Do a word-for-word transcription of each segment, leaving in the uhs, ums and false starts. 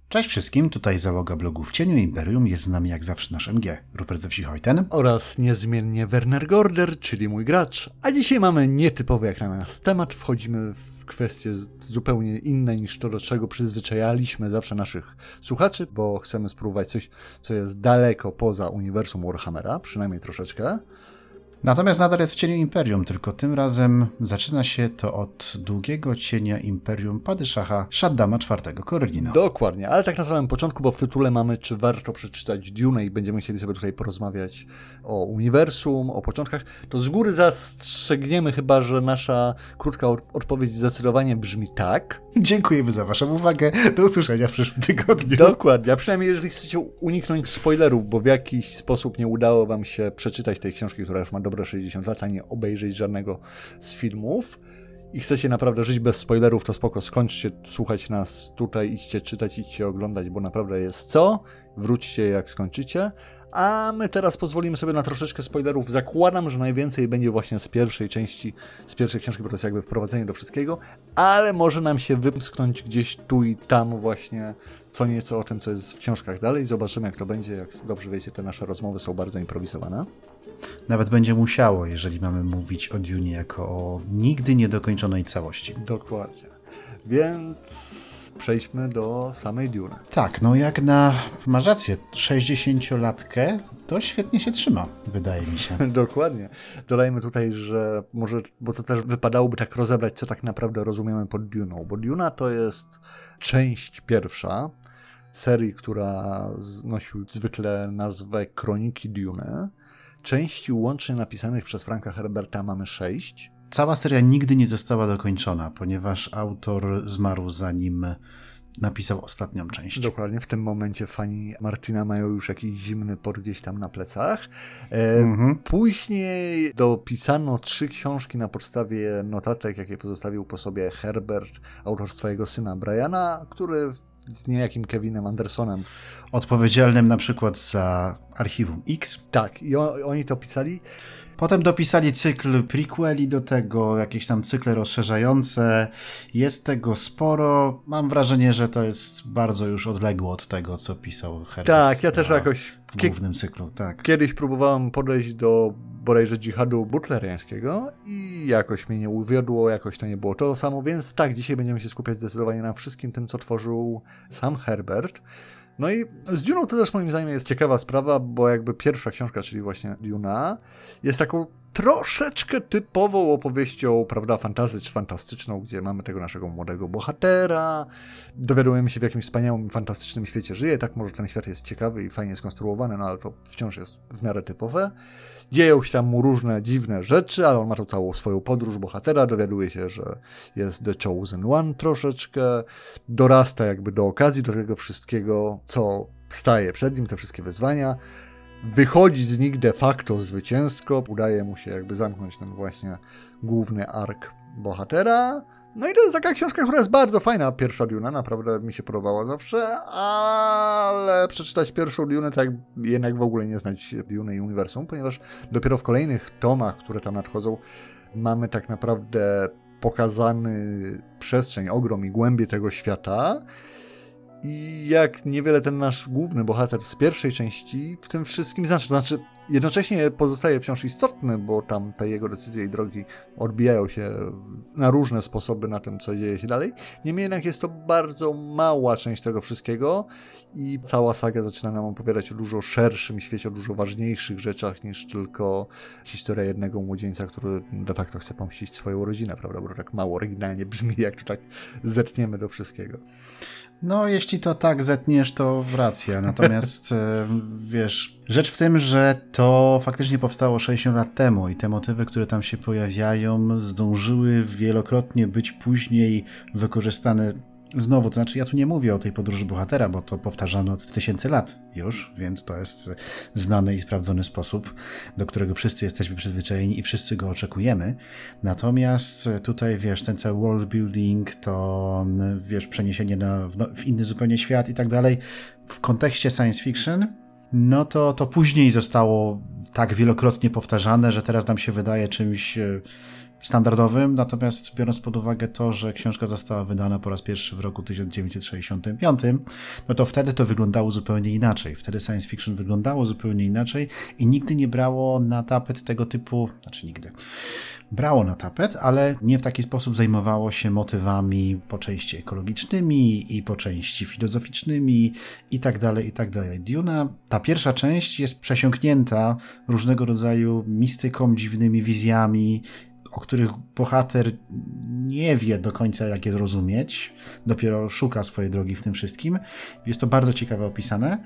Cześć wszystkim, tutaj załoga blogu W Cieniu Imperium, jest z nami jak zawsze nasz M G, Rupert ze wsi Hojten. Oraz niezmiennie Werner Gorder, czyli mój gracz. A dzisiaj mamy nietypowy jak na nas temat, wchodzimy w kwestie zupełnie inne niż to, do czego przyzwyczajaliśmy zawsze naszych słuchaczy, bo chcemy spróbować coś, co jest daleko poza uniwersum Warhammera, przynajmniej troszeczkę. Natomiast nadal jest w Cieniu Imperium, tylko tym razem zaczyna się to od długiego cienia Imperium Padyszacha Shaddama czwartego Corellino. Dokładnie, ale tak na samym początku, bo w tytule mamy, czy warto przeczytać Dune i będziemy chcieli sobie tutaj porozmawiać o uniwersum, o początkach, to z góry zastrzegniemy chyba, że nasza krótka odpowiedź zdecydowanie brzmi tak. Dziękujemy za waszą uwagę, do usłyszenia w przyszłym tygodniu. Dokładnie, a przynajmniej jeżeli chcecie uniknąć spoilerów, bo w jakiś sposób nie udało wam się przeczytać tej książki, która już ma dobre sześćdziesiąt lat, a nie obejrzeć żadnego z filmów i chcecie naprawdę żyć bez spoilerów, to spoko, skończcie słuchać nas tutaj, idźcie czytać, idźcie oglądać, bo naprawdę jest co, wróćcie jak skończycie, a my teraz pozwolimy sobie na troszeczkę spoilerów. Zakładam, że najwięcej będzie właśnie z pierwszej części, z pierwszej książki, bo to jest jakby wprowadzenie do wszystkiego, ale może nam się wymsknąć gdzieś tu i tam właśnie co nieco o tym, co jest w książkach dalej. Zobaczymy, jak to będzie. Jak dobrze wiecie, te nasze rozmowy są bardzo improwizowane. Nawet będzie musiało, jeżeli mamy mówić o Dune jako o nigdy niedokończonej całości. Dokładnie. Więc przejdźmy do samej Dune. Tak, no jak na, masz rację, sześćdziesięciolatkę, to świetnie się trzyma, wydaje mi się. Dokładnie. Dodajmy tutaj, że może, bo to też wypadałoby tak rozebrać, co tak naprawdę rozumiemy pod Dune'ą, bo Duna to jest część pierwsza serii, która nosi zwykle nazwę Kroniki Dune. Części łącznie napisanych przez Franka Herberta mamy sześć. Cała seria nigdy nie została dokończona, ponieważ autor zmarł zanim napisał ostatnią część. Dokładnie, w tym momencie fani Martina mają już jakiś zimny pot gdzieś tam na plecach. E, mhm. Później dopisano trzy książki na podstawie notatek, jakie pozostawił po sobie Herbert, autorstwa jego syna Briana, który z niejakim Kevinem Andersonem. Odpowiedzialnym na przykład za Archiwum X. Tak, i on, oni to pisali. Potem dopisali cykl prequeli do tego, jakieś tam cykle rozszerzające. Jest tego sporo. Mam wrażenie, że to jest bardzo już odległe od tego, co pisał Herbert. Tak, ja też jakoś w głównym cyklu. Tak. Kiedyś próbowałem podejść do bodajże dżihadu butleriańskiego i jakoś mnie nie uwiodło, jakoś to nie było to samo, więc tak, dzisiaj będziemy się skupiać zdecydowanie na wszystkim tym, co tworzył sam Herbert. No i z Dune'ą to też moim zdaniem jest ciekawa sprawa, bo jakby pierwsza książka, czyli właśnie Duna, jest taką troszeczkę typową opowieścią, prawda, fantasy czy fantastyczną, gdzie mamy tego naszego młodego bohatera, dowiadujemy się, w jakim wspaniałym, fantastycznym świecie żyje, tak może ten świat jest ciekawy i fajnie skonstruowany, no ale to wciąż jest w miarę typowe. Dzieją się tam mu różne dziwne rzeczy, ale on ma tu całą swoją podróż bohatera, dowiaduje się, że jest The Chosen One troszeczkę, dorasta jakby do okazji, do tego wszystkiego, co staje przed nim, te wszystkie wyzwania. Wychodzi z nich de facto zwycięsko, udaje mu się jakby zamknąć ten właśnie główny ark bohatera. No i to jest taka książka, która jest bardzo fajna, pierwsza Duna, naprawdę mi się podobała zawsze, ale przeczytać pierwszą Dunę tak jednak w ogóle nie znać Duny i uniwersum, ponieważ dopiero w kolejnych tomach, które tam nadchodzą, mamy tak naprawdę pokazany przestrzeń, ogrom i głębie tego świata. I jak niewiele ten nasz główny bohater z pierwszej części w tym wszystkim znaczy. To znaczy, jednocześnie pozostaje wciąż istotny, bo tam te jego decyzje i drogi odbijają się na różne sposoby na tym, co dzieje się dalej. Niemniej jednak jest to bardzo mała część tego wszystkiego i cała saga zaczyna nam opowiadać o dużo szerszym świecie, o dużo ważniejszych rzeczach niż tylko historia jednego młodzieńca, który de facto chce pomścić swoją rodzinę, prawda? Bo to tak mało oryginalnie brzmi, jak tu tak zetniemy do wszystkiego. No, jeśli to tak zetniesz, to racja. Natomiast wiesz, rzecz w tym, że to faktycznie powstało sześćdziesiąt lat temu i te motywy, które tam się pojawiają, zdążyły wielokrotnie być później wykorzystane znowu. To znaczy, ja tu nie mówię o tej podróży bohatera, bo to powtarzano od tysięcy lat już, więc to jest znany i sprawdzony sposób, do którego wszyscy jesteśmy przyzwyczajeni i wszyscy go oczekujemy. Natomiast tutaj, wiesz, ten cały world building, to, wiesz, przeniesienie na, w, no, w inny zupełnie świat i tak dalej, w kontekście science fiction, no to, to później zostało tak wielokrotnie powtarzane, że teraz nam się wydaje czymś standardowym, natomiast biorąc pod uwagę to, że książka została wydana po raz pierwszy w roku tysiąc dziewięćset sześćdziesiątym piątym, no to wtedy to wyglądało zupełnie inaczej. Wtedy science fiction wyglądało zupełnie inaczej i nigdy nie brało na tapet tego typu, znaczy nigdy, brało na tapet, ale nie w taki sposób zajmowało się motywami po części ekologicznymi i po części filozoficznymi i tak dalej, i tak dalej. Duna, ta pierwsza część jest przesiąknięta różnego rodzaju mistyką, dziwnymi wizjami, o których bohater nie wie do końca, jak je rozumieć, dopiero szuka swojej drogi w tym wszystkim. Jest to bardzo ciekawe opisane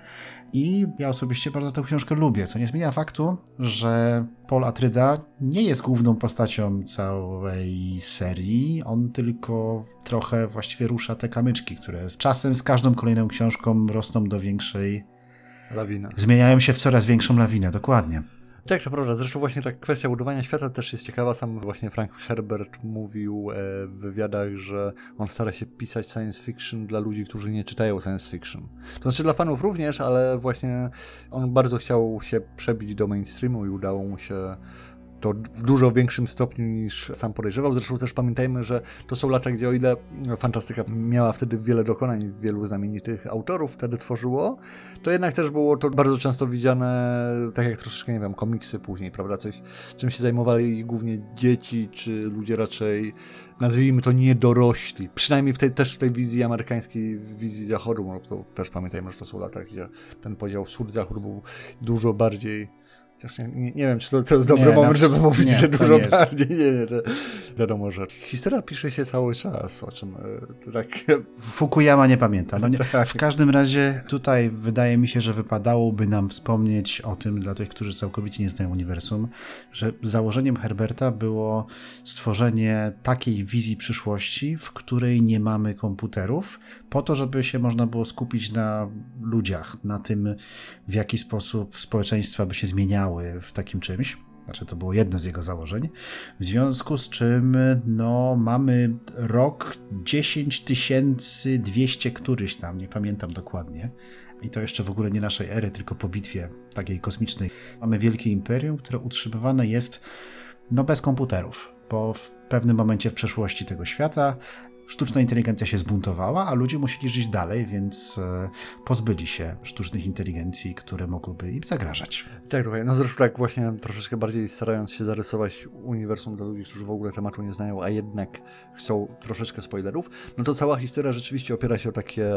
i ja osobiście bardzo tę książkę lubię, co nie zmienia faktu, że Paul Atreides nie jest główną postacią całej serii, on tylko trochę właściwie rusza te kamyczki, które z czasem, z każdą kolejną książką rosną do większej lawiny. Zmieniają się w coraz większą lawinę, dokładnie. Tak, to prawda. Zresztą właśnie ta kwestia budowania świata też jest ciekawa. Sam właśnie Frank Herbert mówił w wywiadach, że on stara się pisać science fiction dla ludzi, którzy nie czytają science fiction. To znaczy dla fanów również, ale właśnie on bardzo chciał się przebić do mainstreamu i udało mu się to w dużo większym stopniu niż sam podejrzewał. Zresztą też pamiętajmy, że to są lata, gdzie o ile fantastyka miała wtedy wiele dokonań, wielu znamienitych autorów wtedy tworzyło, to jednak też było to bardzo często widziane, tak jak troszeczkę, nie wiem, komiksy później, prawda, coś, czym się zajmowali głównie dzieci, czy ludzie raczej, nazwijmy to, niedorośli. Przynajmniej w tej, też w tej wizji amerykańskiej, wizji zachodu, no to też pamiętajmy, że to są lata, gdzie ten podział wschód-zachód był dużo bardziej. Nie, nie, nie wiem, czy to, to jest dobry nie, moment, no, żeby mówić, nie, że dużo bardziej. Nie, nie, że wiadomo, że historia pisze się cały czas, o czym tak... Fukuyama nie pamięta. No nie, tak. W każdym razie tutaj wydaje mi się, że wypadałoby nam wspomnieć o tym, dla tych, którzy całkowicie nie znają uniwersum, że założeniem Herberta było stworzenie takiej wizji przyszłości, w której nie mamy komputerów, po to, żeby się można było skupić na ludziach, na tym, w jaki sposób społeczeństwa by się zmieniały w takim czymś. Znaczy, to było jedno z jego założeń. W związku z czym no, mamy rok dziesięć tysięcy dwieście któryś tam, nie pamiętam dokładnie. I to jeszcze w ogóle nie naszej ery, tylko po bitwie takiej kosmicznej. Mamy wielkie imperium, które utrzymywane jest no, bez komputerów, bo w pewnym momencie w przeszłości tego świata sztuczna inteligencja się zbuntowała, a ludzie musieli żyć dalej, więc pozbyli się sztucznych inteligencji, które mogłyby im zagrażać. Tak, trochę. No zresztą tak właśnie troszeczkę bardziej starając się zarysować uniwersum dla ludzi, którzy w ogóle tematu nie znają, a jednak chcą troszeczkę spoilerów, no to cała historia rzeczywiście opiera się o takie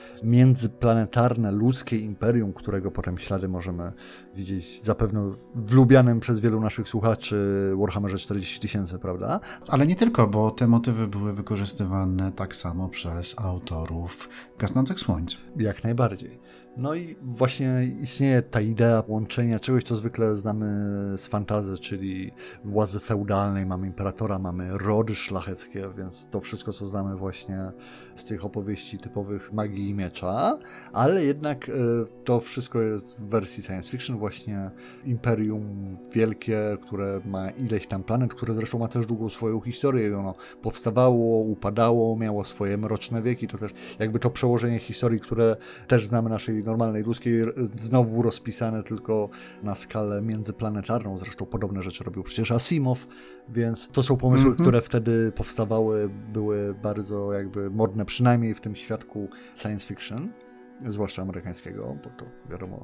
międzyplanetarne, ludzkie imperium, którego potem ślady możemy widzieć zapewne w lubianym przez wielu naszych słuchaczy Warhammerze czterdzieści tysięcy, prawda? Ale nie tylko, bo te motywy były wykorzystywane tak samo przez autorów Gasnących Słońc. Jak najbardziej. No i właśnie istnieje ta idea łączenia czegoś, co zwykle znamy z fantasy, czyli władzy feudalnej, mamy imperatora, mamy rody szlacheckie, więc to wszystko, co znamy właśnie z tych opowieści typowych magii i miecza, ale jednak y, to wszystko jest w wersji science fiction, właśnie imperium wielkie, które ma ileś tam planet, które zresztą ma też długą swoją historię i ono powstawało, upadało, miało swoje mroczne wieki, to też jakby to przełożenie historii, które też znamy naszej normalnej ludzkiej, znowu rozpisane tylko na skalę międzyplanetarną. Zresztą podobne rzeczy robił przecież Asimov, więc to są pomysły, mm-hmm. które wtedy powstawały, były bardzo jakby modne, przynajmniej w tym świadku science fiction, zwłaszcza amerykańskiego, bo to wiadomo,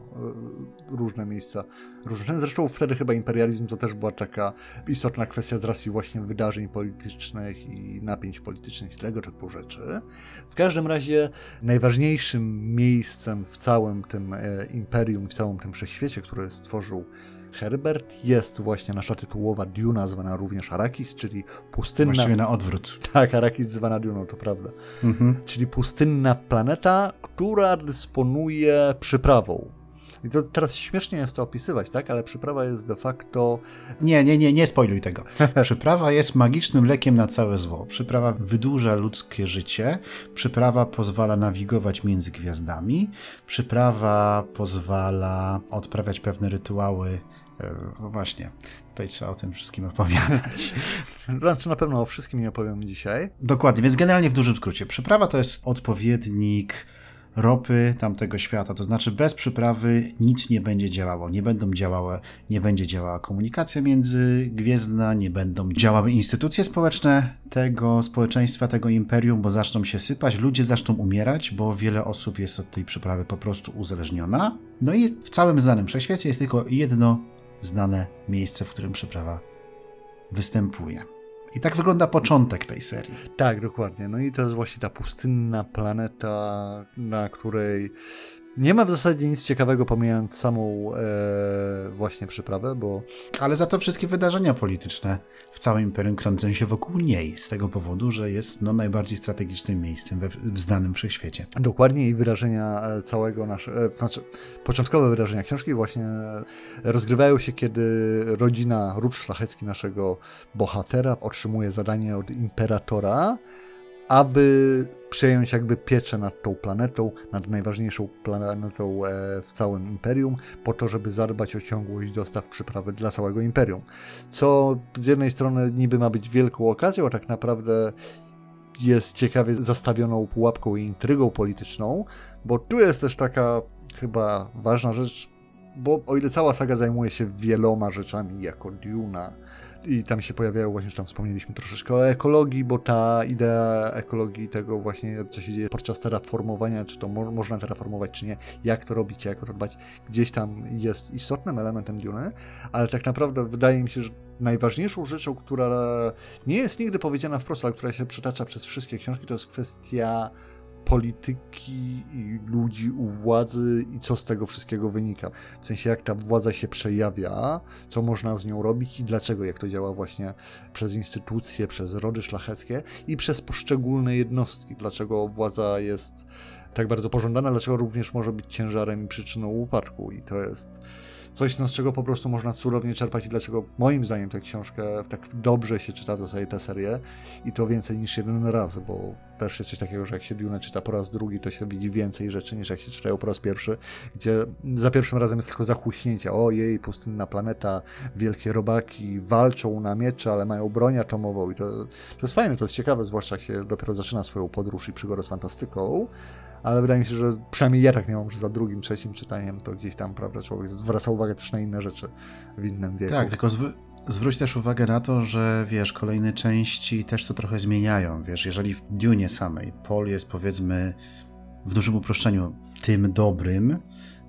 różne miejsca, różne. Zresztą wtedy chyba imperializm to też była taka istotna kwestia z racji właśnie wydarzeń politycznych i napięć politycznych i tego typu rzeczy. W każdym razie najważniejszym miejscem w całym tym imperium, w całym tym wszechświecie, które stworzył Herbert, jest właśnie nasza tytułowa Duna, zwana również Arrakis, czyli pustynna... Właściwie na odwrót. Tak, Arrakis zwana Duną, to prawda. Mhm. Czyli pustynna planeta, która dysponuje przyprawą. I to teraz śmiesznie jest to opisywać, tak? Ale przyprawa jest de facto... Nie, nie, nie, nie spoiluj tego. Przyprawa jest magicznym lekiem na całe zło. Przyprawa wydłuża ludzkie życie. Przyprawa pozwala nawigować między gwiazdami. Przyprawa pozwala odprawiać pewne rytuały. No właśnie, tutaj trzeba o tym wszystkim opowiadać. Znaczy na pewno o wszystkim nie opowiem dzisiaj. Dokładnie, więc generalnie w dużym skrócie. Przyprawa to jest odpowiednik ropy tamtego świata. To znaczy bez przyprawy nic nie będzie działało. Nie będą działały, nie będzie działała komunikacja międzygwiezdna, nie będą działały instytucje społeczne tego społeczeństwa, tego imperium, bo zaczną się sypać, ludzie zaczną umierać, bo wiele osób jest od tej przyprawy po prostu uzależniona. No i w całym znanym wszechświecie jest tylko jedno znane miejsce, w którym przyprawa występuje. I tak wygląda początek tej serii. Tak, dokładnie. No i to jest właśnie ta pustynna planeta, na której nie ma w zasadzie nic ciekawego, pomijając samą e, właśnie przyprawę, bo... Ale za to wszystkie wydarzenia polityczne w całym imperium kręcą się wokół niej, z tego powodu, że jest no, najbardziej strategicznym miejscem we, w znanym wszechświecie. Dokładnie i wydarzenia całego naszego... Znaczy, początkowe wydarzenia książki właśnie rozgrywają się, kiedy rodzina, ród szlachecki naszego bohatera otrzymuje zadanie od imperatora, aby przejąć jakby pieczę nad tą planetą, nad najważniejszą planetą w całym imperium, po to, żeby zadbać o ciągłość dostaw przyprawy dla całego imperium. Co z jednej strony niby ma być wielką okazją, a tak naprawdę jest ciekawie zastawioną pułapką i intrygą polityczną, bo tu jest też taka chyba ważna rzecz, bo o ile cała saga zajmuje się wieloma rzeczami jako Duna, i tam się pojawiają właśnie, że tam wspomnieliśmy troszeczkę o ekologii, bo ta idea ekologii, tego właśnie, co się dzieje podczas terraformowania, czy to mo- można terraformować, czy nie, jak to robić, jak to dbać, gdzieś tam jest istotnym elementem Duny, ale tak naprawdę wydaje mi się, że najważniejszą rzeczą, która nie jest nigdy powiedziana wprost, ale która się przetacza przez wszystkie książki, to jest kwestia polityki i ludzi u władzy i co z tego wszystkiego wynika. W sensie jak ta władza się przejawia, co można z nią robić i dlaczego, jak to działa właśnie przez instytucje, przez rody szlacheckie i przez poszczególne jednostki. Dlaczego władza jest tak bardzo pożądana, dlaczego również może być ciężarem i przyczyną upadku. I to jest coś, no, z czego po prostu można cudownie czerpać i dlaczego moim zdaniem tę książkę tak dobrze się czyta w zasadzie tę serię i to więcej niż jeden raz, bo też jest coś takiego, że jak się Dune czyta po raz drugi, to się widzi więcej rzeczy niż jak się czytają po raz pierwszy, gdzie za pierwszym razem jest tylko zachłyśnięcie. Ojej, pustynna planeta, wielkie robaki walczą na miecze, ale mają broń atomową i to, to jest fajne, to jest ciekawe, zwłaszcza jak się dopiero zaczyna swoją podróż i przygodę z fantastyką. Ale wydaje mi się, że przynajmniej ja tak miałam, że za drugim, trzecim czytaniem to gdzieś tam, prawda, człowiek zwraca uwagę też na inne rzeczy w innym wieku. Tak, tylko zw- zwróć też uwagę na to, że wiesz, kolejne części też to trochę zmieniają. Wiesz, jeżeli w Dunie samej Paul jest, powiedzmy, w dużym uproszczeniu tym dobrym,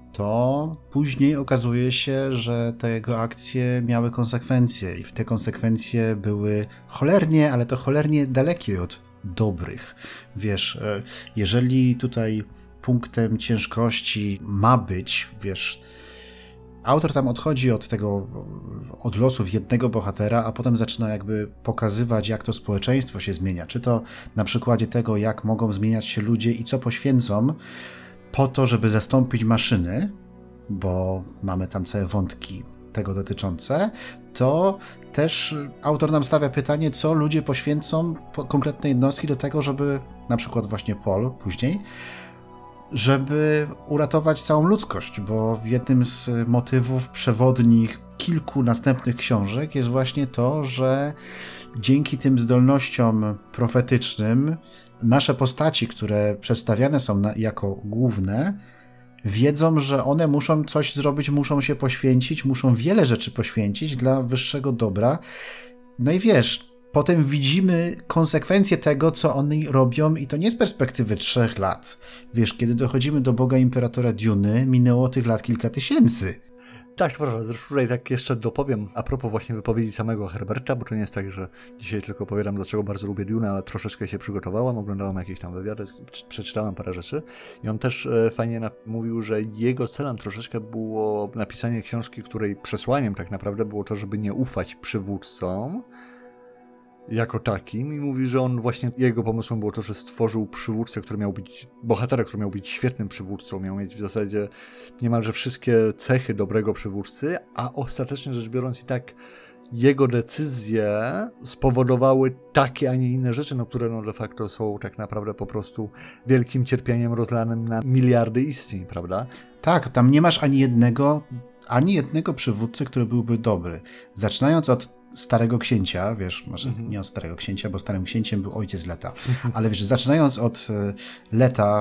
to później okazuje się, że te jego akcje miały konsekwencje i w te konsekwencje były cholernie, ale to cholernie dalekie od dobrych. Wiesz, jeżeli tutaj punktem ciężkości ma być, wiesz, autor tam odchodzi od tego, od losów jednego bohatera, a potem zaczyna jakby pokazywać, jak to społeczeństwo się zmienia. Czy to na przykładzie tego, jak mogą zmieniać się ludzie i co poświęcą po to, żeby zastąpić maszyny, bo mamy tam całe wątki tego dotyczące, to też autor nam stawia pytanie, co ludzie poświęcą konkretne jednostki do tego, żeby, na przykład właśnie Paul później, żeby uratować całą ludzkość, bo jednym z motywów przewodnich kilku następnych książek jest właśnie to, że dzięki tym zdolnościom profetycznym nasze postaci, które przedstawiane są na, jako główne, wiedzą, że one muszą coś zrobić, muszą się poświęcić, muszą wiele rzeczy poświęcić dla wyższego dobra. No i wiesz, potem widzimy konsekwencje tego, co oni robią i to nie z perspektywy trzech lat. Wiesz, kiedy dochodzimy do Boga Imperatora Duny, minęło tych lat kilka tysięcy. Tak, proszę, zresztą tutaj tak jeszcze dopowiem a propos właśnie wypowiedzi samego Herberta, bo to nie jest tak, że dzisiaj tylko opowiadam, dlaczego bardzo lubię Dune, ale troszeczkę się przygotowałam, oglądałam jakieś tam wywiady, przeczytałem parę rzeczy i on też e, fajnie na- mówił, że jego celem troszeczkę było napisanie książki, której przesłaniem tak naprawdę było to, żeby nie ufać przywódcom jako takim i mówi, że on właśnie, jego pomysłem było to, że stworzył przywódcę, który miał być, bohatera, który miał być świetnym przywódcą, miał mieć w zasadzie niemalże wszystkie cechy dobrego przywódcy, a ostatecznie rzecz biorąc i tak jego decyzje spowodowały takie, a nie inne rzeczy, no, które no de facto są tak naprawdę po prostu wielkim cierpieniem rozlanym na miliardy istnień, prawda? Tak, tam nie masz ani jednego, ani jednego przywódcy, który byłby dobry. Zaczynając od Starego Księcia, wiesz, może mhm. nie od Starego Księcia, bo Starym Księciem był ojciec Leta, ale wiesz, zaczynając od Leta,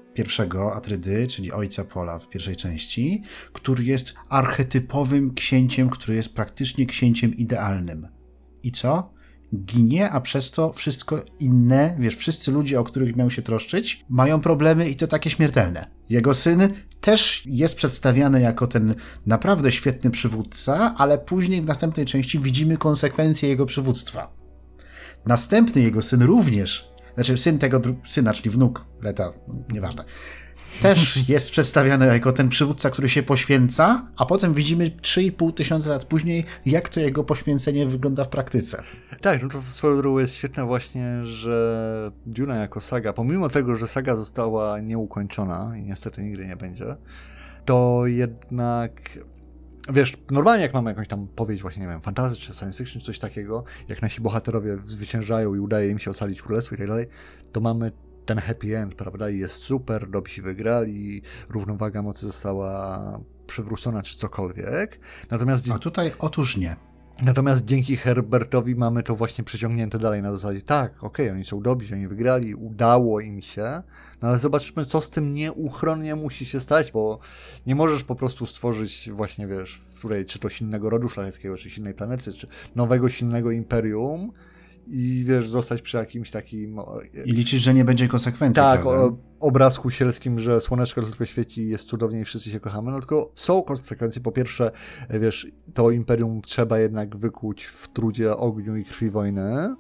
pierwszego Atrydy, czyli ojca Pola w pierwszej części, który jest archetypowym księciem, który jest praktycznie księciem idealnym. I co? Ginie, a przez to wszystko inne, wiesz, wszyscy ludzie, o których miał się troszczyć, mają problemy i to takie śmiertelne. Jego syn też jest przedstawiany jako ten naprawdę świetny przywódca, ale później w następnej części widzimy konsekwencje jego przywództwa. Następny jego syn również, znaczy syn tego dru- syna, czyli wnuk Leta, nieważne, też jest przedstawiany jako ten przywódca, który się poświęca, a potem widzimy trzy i pół tysiąca lat później, jak to jego poświęcenie wygląda w praktyce. Tak, no to swoją drogą jest świetne właśnie, że Duna jako saga, pomimo tego, że saga została nieukończona i niestety nigdy nie będzie, to jednak, wiesz, normalnie jak mamy jakąś tam powieść właśnie, nie wiem, fantasy czy science fiction, czy coś takiego, jak nasi bohaterowie zwyciężają i udaje im się ocalić królestwo i tak dalej, to mamy ten happy end, prawda, i jest super, dobrzy wygrali, równowaga mocy została przywrócona, czy cokolwiek. Natomiast... A tutaj otóż nie. Natomiast dzięki Herbertowi mamy to właśnie przeciągnięte dalej na zasadzie, tak, okej, okay, oni są dobrzy, oni wygrali, udało im się, no ale zobaczmy, co z tym nieuchronnie musi się stać, bo nie możesz po prostu stworzyć właśnie, wiesz, w której, czy to silnego rodu szlacheckiego, czy silnej planety, czy nowego silnego imperium, i wiesz, zostać przy jakimś takim... I liczyć, że nie będzie konsekwencji. Tak, o, obrazku sielskim, że słoneczko tylko świeci, jest cudownie i wszyscy się kochamy, no tylko są konsekwencje. Po pierwsze, wiesz, to imperium trzeba jednak wykuć w trudzie, ogniu i krwi wojny,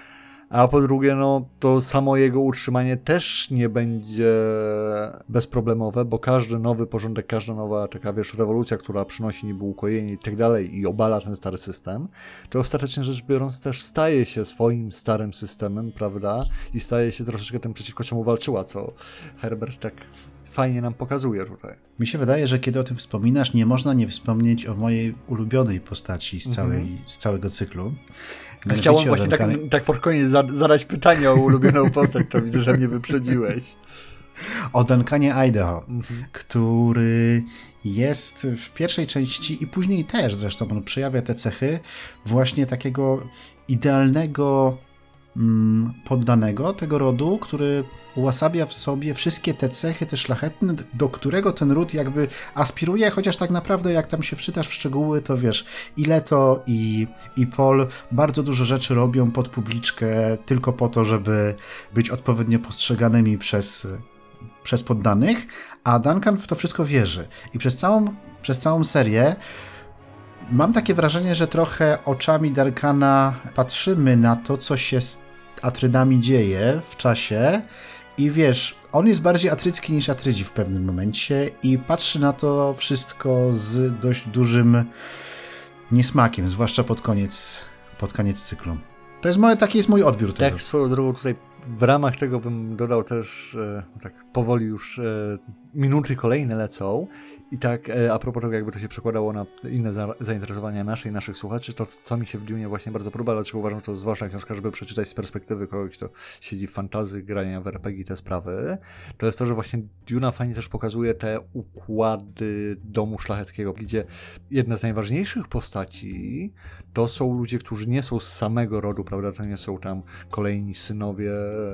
a po drugie, no to samo jego utrzymanie też nie będzie bezproblemowe, bo każdy nowy porządek, każda nowa taka, wiesz, rewolucja, która przynosi niby ukojenie i tak dalej i obala ten stary system, to ostatecznie rzecz biorąc też staje się swoim starym systemem, prawda, i staje się troszeczkę tym, przeciwko czemu walczyła, co Herbert tak fajnie nam pokazuje tutaj. Mi się wydaje, że kiedy o tym wspominasz, nie można nie wspomnieć o mojej ulubionej postaci z, całej, mm-hmm. z całego cyklu. Chciałem właśnie tak, tak pod koniec zadać pytanie o ulubioną postać, to widzę, że mnie wyprzedziłeś. O Duncanie Idaho, mm-hmm. który jest w pierwszej części i później też zresztą on przejawia te cechy właśnie takiego idealnego poddanego tego rodu, który uosabia w sobie wszystkie te cechy, te szlachetne, do którego ten ród jakby aspiruje, chociaż tak naprawdę jak tam się wczytasz w szczegóły, to wiesz, i Leto i, i Paul bardzo dużo rzeczy robią pod publiczkę tylko po to, żeby być odpowiednio postrzeganymi przez, przez poddanych, a Duncan w to wszystko wierzy. I przez całą, przez całą serię mam takie wrażenie, że trochę oczami Duncana patrzymy na to, co się z Atrydami dzieje w czasie i wiesz, on jest bardziej atrycki niż Atrydzi w pewnym momencie i patrzy na to wszystko z dość dużym niesmakiem, zwłaszcza pod koniec, pod koniec cyklu. To jest moje, taki jest mój odbiór tego. Tak, swoją drogą tutaj w ramach tego bym dodał też, e, tak powoli już e, minuty kolejne lecą. I tak a propos tego, jakby to się przekładało na inne za- zainteresowania nasze i naszych słuchaczy, to co mi się w Dunie właśnie bardzo podoba, dlaczego uważam, że to zwłaszcza książka, żeby przeczytać z perspektywy kogoś, kto siedzi w fantasy, grania w er pe gie i te sprawy, to jest to, że właśnie Duna fajnie też pokazuje te układy domu szlacheckiego, gdzie jedna z najważniejszych postaci to są ludzie, którzy nie są z samego rodu, prawda, to nie są tam kolejni synowie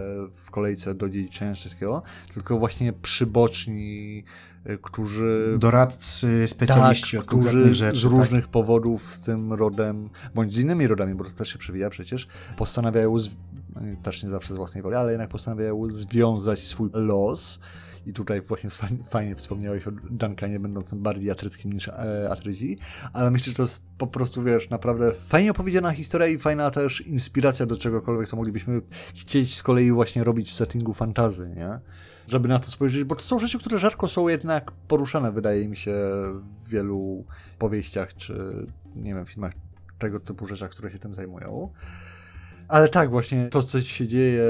w kolejce do dziedziczenia wszystkiego, tylko właśnie przyboczni, którzy... Doradcy, specjaliści tak, od konkretnych rzeczy. z różnych tak? powodów z tym rodem, bądź z innymi rodami, bo to też się przewija przecież, postanawiają, z... też nie zawsze z własnej woli, ale jednak postanawiają związać swój los. I tutaj właśnie fajnie wspomniałeś o Duncanie będącym bardziej atryckim niż e, Atrydzi, ale myślę, że to jest po prostu, wiesz, naprawdę fajnie opowiedziana historia i fajna też inspiracja do czegokolwiek, co moglibyśmy chcieć z kolei właśnie robić w settingu fantasy, nie? Żeby na to spojrzeć, bo to są rzeczy, które rzadko są jednak poruszane, wydaje mi się, w wielu powieściach, czy nie wiem, filmach, tego typu rzeczach, które się tym zajmują. Ale tak, właśnie to, co się dzieje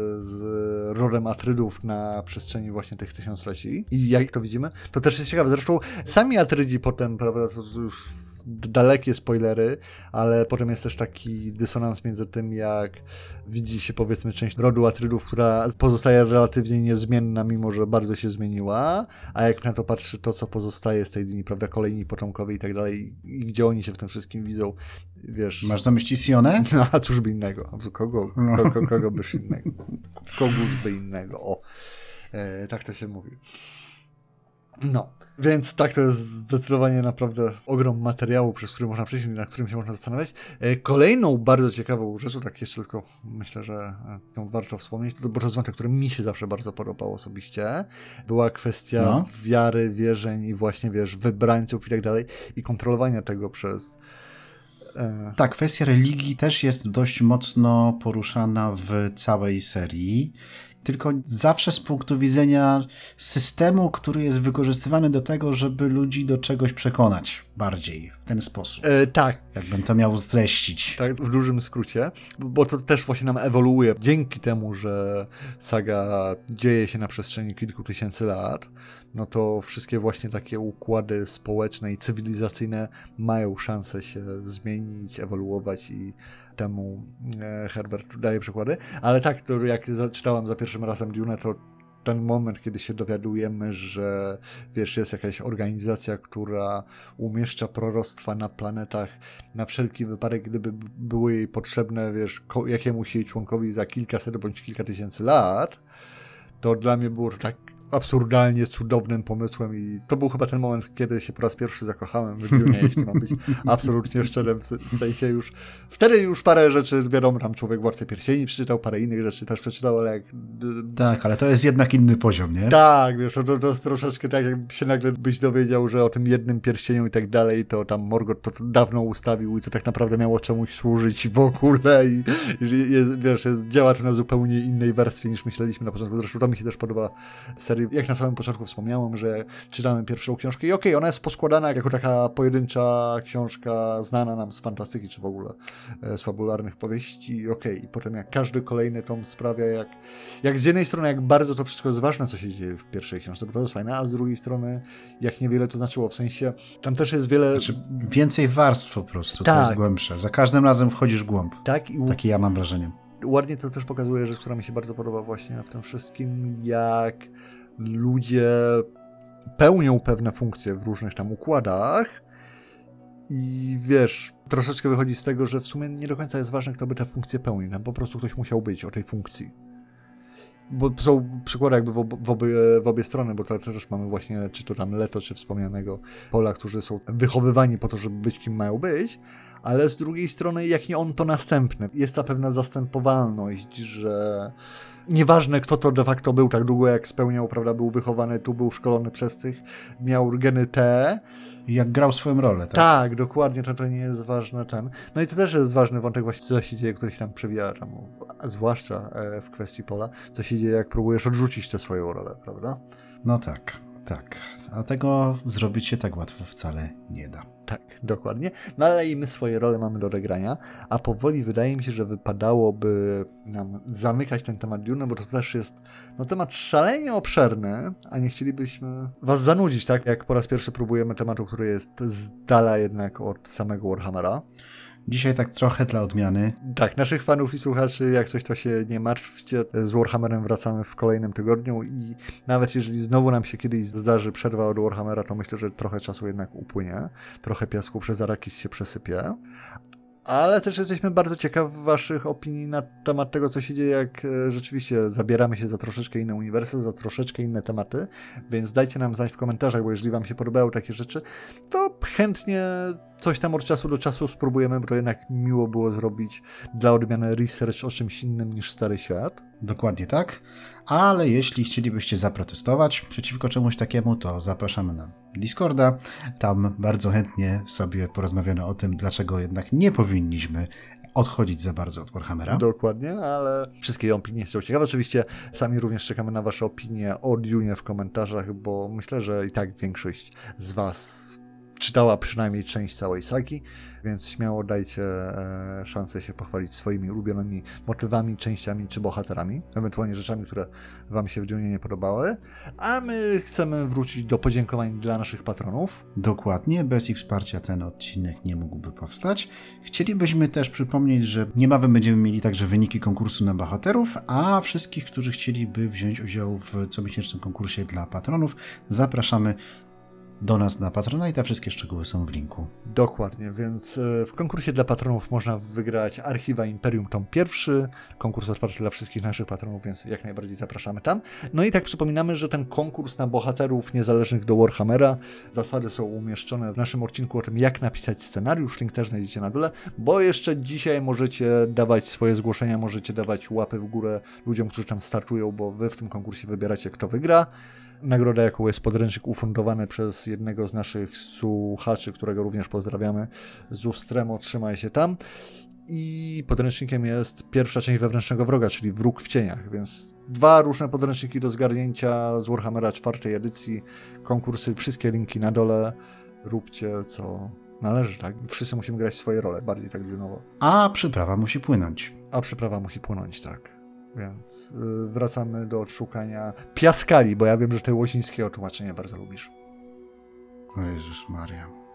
z rodem Atrydów na przestrzeni właśnie tych tysiącleci i jak to widzimy, to też jest ciekawe. Zresztą sami Atrydzi potem, prawda, to już dalekie spoilery, ale potem jest też taki dysonans między tym, jak widzi się, powiedzmy, część rodu Atrydów, która pozostaje relatywnie niezmienna, mimo że bardzo się zmieniła, a jak na to patrzy to, co pozostaje z tej linii, prawda, kolejni potomkowie i tak dalej, i gdzie oni się w tym wszystkim widzą, wiesz... Masz na myśli Sionę? No, a cóż by innego? Kogo, kogo, kogo byś innego? Kogóż by innego? O. E, tak to się mówi. No, więc tak, to jest zdecydowanie naprawdę ogrom materiału, przez który można przejść, na którym się można zastanawiać. Kolejną bardzo ciekawą rzeczą, tak jeszcze tylko myślę, że ją warto wspomnieć, to, bo to jest wątek, który mi się zawsze bardzo podobał osobiście, była kwestia no. wiary, wierzeń i właśnie, wiesz, wybrańców i tak dalej i kontrolowania tego przez... Tak, kwestia religii też jest dość mocno poruszana w całej serii, tylko zawsze z punktu widzenia systemu, który jest wykorzystywany do tego, żeby ludzi do czegoś przekonać bardziej w ten sposób. E, tak. Jakbym to miał streścić. Tak, w dużym skrócie, bo to też właśnie nam ewoluuje dzięki temu, że saga dzieje się na przestrzeni kilku tysięcy lat, no to wszystkie właśnie takie układy społeczne i cywilizacyjne mają szansę się zmienić, ewoluować i temu e, Herbert daje przykłady. Ale tak, to jak czytałem za pierwszym razem Dune, to ten moment, kiedy się dowiadujemy, że wiesz, jest jakaś organizacja, która umieszcza proroctwa na planetach na wszelki wypadek, gdyby były jej potrzebne, wiesz, ko- jakiemuś jej członkowi za kilkaset bądź kilka tysięcy lat, to dla mnie było to tak absurdalnie cudownym pomysłem i to był chyba ten moment, kiedy się po raz pierwszy zakochałem w Dune, jeśli mam być absolutnie szczery, w sensie już wtedy już parę rzeczy, wiadomo, tam Człowiek Władcy Pierścieni przeczytał, parę innych rzeczy też przeczytał, ale jak... Tak, ale to jest jednak inny poziom, nie? Tak, wiesz, to, to jest troszeczkę tak, jakby się nagle byś dowiedział, że o tym jednym pierścieniu i tak dalej, to tam Morgoth to, to dawno ustawił i to tak naprawdę miało czemuś służyć w ogóle i, i jest, wiesz, jest, działa to na zupełnie innej warstwie niż myśleliśmy na początku. Zresztą to mi się też podoba w serii. Jak na samym początku wspomniałem, że czytamy pierwszą książkę i okej, okay, ona jest poskładana jako taka pojedyncza książka znana nam z fantastyki, czy w ogóle e, z fabularnych powieści i okej, okay. I potem jak każdy kolejny tom sprawia, jak, jak z jednej strony jak bardzo to wszystko jest ważne, co się dzieje w pierwszej książce, bo to jest fajne, a z drugiej strony jak niewiele to znaczyło, w sensie tam też jest wiele... Znaczy, więcej warstw po prostu, tak. To jest głębsze. Za każdym razem wchodzisz w głąb. Tak. I... Takie ja mam wrażenie. Ładnie to też pokazuje rzecz, która mi się bardzo podoba właśnie w tym wszystkim, jak ludzie pełnią pewne funkcje w różnych tam układach i wiesz, troszeczkę wychodzi z tego, że w sumie nie do końca jest ważne, kto by te funkcje pełnił, tam po prostu ktoś musiał być o tej funkcji. Bo są przykłady jakby w, ob- w, obie, w obie strony, bo to też mamy właśnie, czy to tam Leto, czy wspomnianego Pola, którzy są wychowywani po to, żeby być kim mają być, ale z drugiej strony, jak nie on, to następny. Jest ta pewna zastępowalność, że nieważne kto to de facto był tak długo, jak spełniał, prawda, był wychowany tu, był szkolony przez tych, miał geny te. Jak grał swoją rolę, tak? Tak, dokładnie, to, to nie jest ważne ten. No i to też jest ważny wątek właśnie, co się dzieje, który się tam przewija, tam, zwłaszcza w kwestii Pola, co się dzieje, jak próbujesz odrzucić tę swoją rolę, prawda? No tak, tak. A tego zrobić się tak łatwo wcale nie da. Tak, dokładnie. No ale i my swoje role mamy do odegrania, a powoli wydaje mi się, że wypadałoby nam zamykać ten temat Dune, bo to też jest no, temat szalenie obszerny, a nie chcielibyśmy was zanudzić, tak? Jak po raz pierwszy próbujemy tematu, który jest z dala jednak od samego Warhammera. Dzisiaj tak trochę dla odmiany. Tak, naszych fanów i słuchaczy, jak coś to się nie martwcie, z Warhammerem wracamy w kolejnym tygodniu i nawet jeżeli znowu nam się kiedyś zdarzy przerwa od Warhammera, to myślę, że trochę czasu jednak upłynie, trochę piasku przez Arrakis się przesypie. Ale też jesteśmy bardzo ciekawi waszych opinii na temat tego, co się dzieje, jak e, rzeczywiście zabieramy się za troszeczkę inne uniwersy, za troszeczkę inne tematy, więc dajcie nam znać w komentarzach, bo jeżeli wam się podobają takie rzeczy, to chętnie coś tam od czasu do czasu spróbujemy, bo to jednak miło było zrobić dla odmiany research o czymś innym niż Stary Świat. Dokładnie tak, ale jeśli chcielibyście zaprotestować przeciwko czemuś takiemu, to zapraszamy na Discorda. Tam bardzo chętnie sobie porozmawiamy o tym, dlaczego jednak nie powinniśmy odchodzić za bardzo od Warhammera. Dokładnie, ale wszystkie opinie są ciekawe. Oczywiście sami również czekamy na wasze opinie o Dune w komentarzach, bo myślę, że i tak większość z was czytała przynajmniej część całej sagi, więc śmiało dajcie e, szansę się pochwalić swoimi ulubionymi motywami, częściami czy bohaterami, ewentualnie rzeczami, które wam się w Dune nie podobały, a my chcemy wrócić do podziękowań dla naszych patronów. Dokładnie, bez ich wsparcia ten odcinek nie mógłby powstać. Chcielibyśmy też przypomnieć, że niebawem będziemy mieli także wyniki konkursu na bohaterów, a wszystkich, którzy chcieliby wziąć udział w comiesięcznym konkursie dla patronów, zapraszamy do nas na Patrona i te wszystkie szczegóły są w linku. Dokładnie, więc w konkursie dla patronów można wygrać Archiwa Imperium tom pierwszy, konkurs otwarty dla wszystkich naszych patronów, więc jak najbardziej zapraszamy tam. No i tak przypominamy, że ten konkurs na bohaterów niezależnych do Warhammera, zasady są umieszczone w naszym odcinku o tym, jak napisać scenariusz, link też znajdziecie na dole, bo jeszcze dzisiaj możecie dawać swoje zgłoszenia, możecie dawać łapy w górę ludziom, którzy tam startują, bo wy w tym konkursie wybieracie, kto wygra. Nagroda, jaką jest podręcznik ufundowany przez jednego z naszych słuchaczy, którego również pozdrawiamy, z Ustremo, trzymaj się tam. I podręcznikiem jest pierwsza część Wewnętrznego Wroga, czyli Wróg w cieniach, więc dwa różne podręczniki do zgarnięcia z Warhammera czwartej edycji, konkursy, wszystkie linki na dole, róbcie co należy, tak? Wszyscy musimy grać swoje role, bardziej tak dżunowo. A przyprawa musi płynąć. A przyprawa musi płynąć, tak. Więc yy, wracamy do szukania piaskali, bo ja wiem, że te łosińskiego tłumaczenia bardzo lubisz. O Jezus Maria.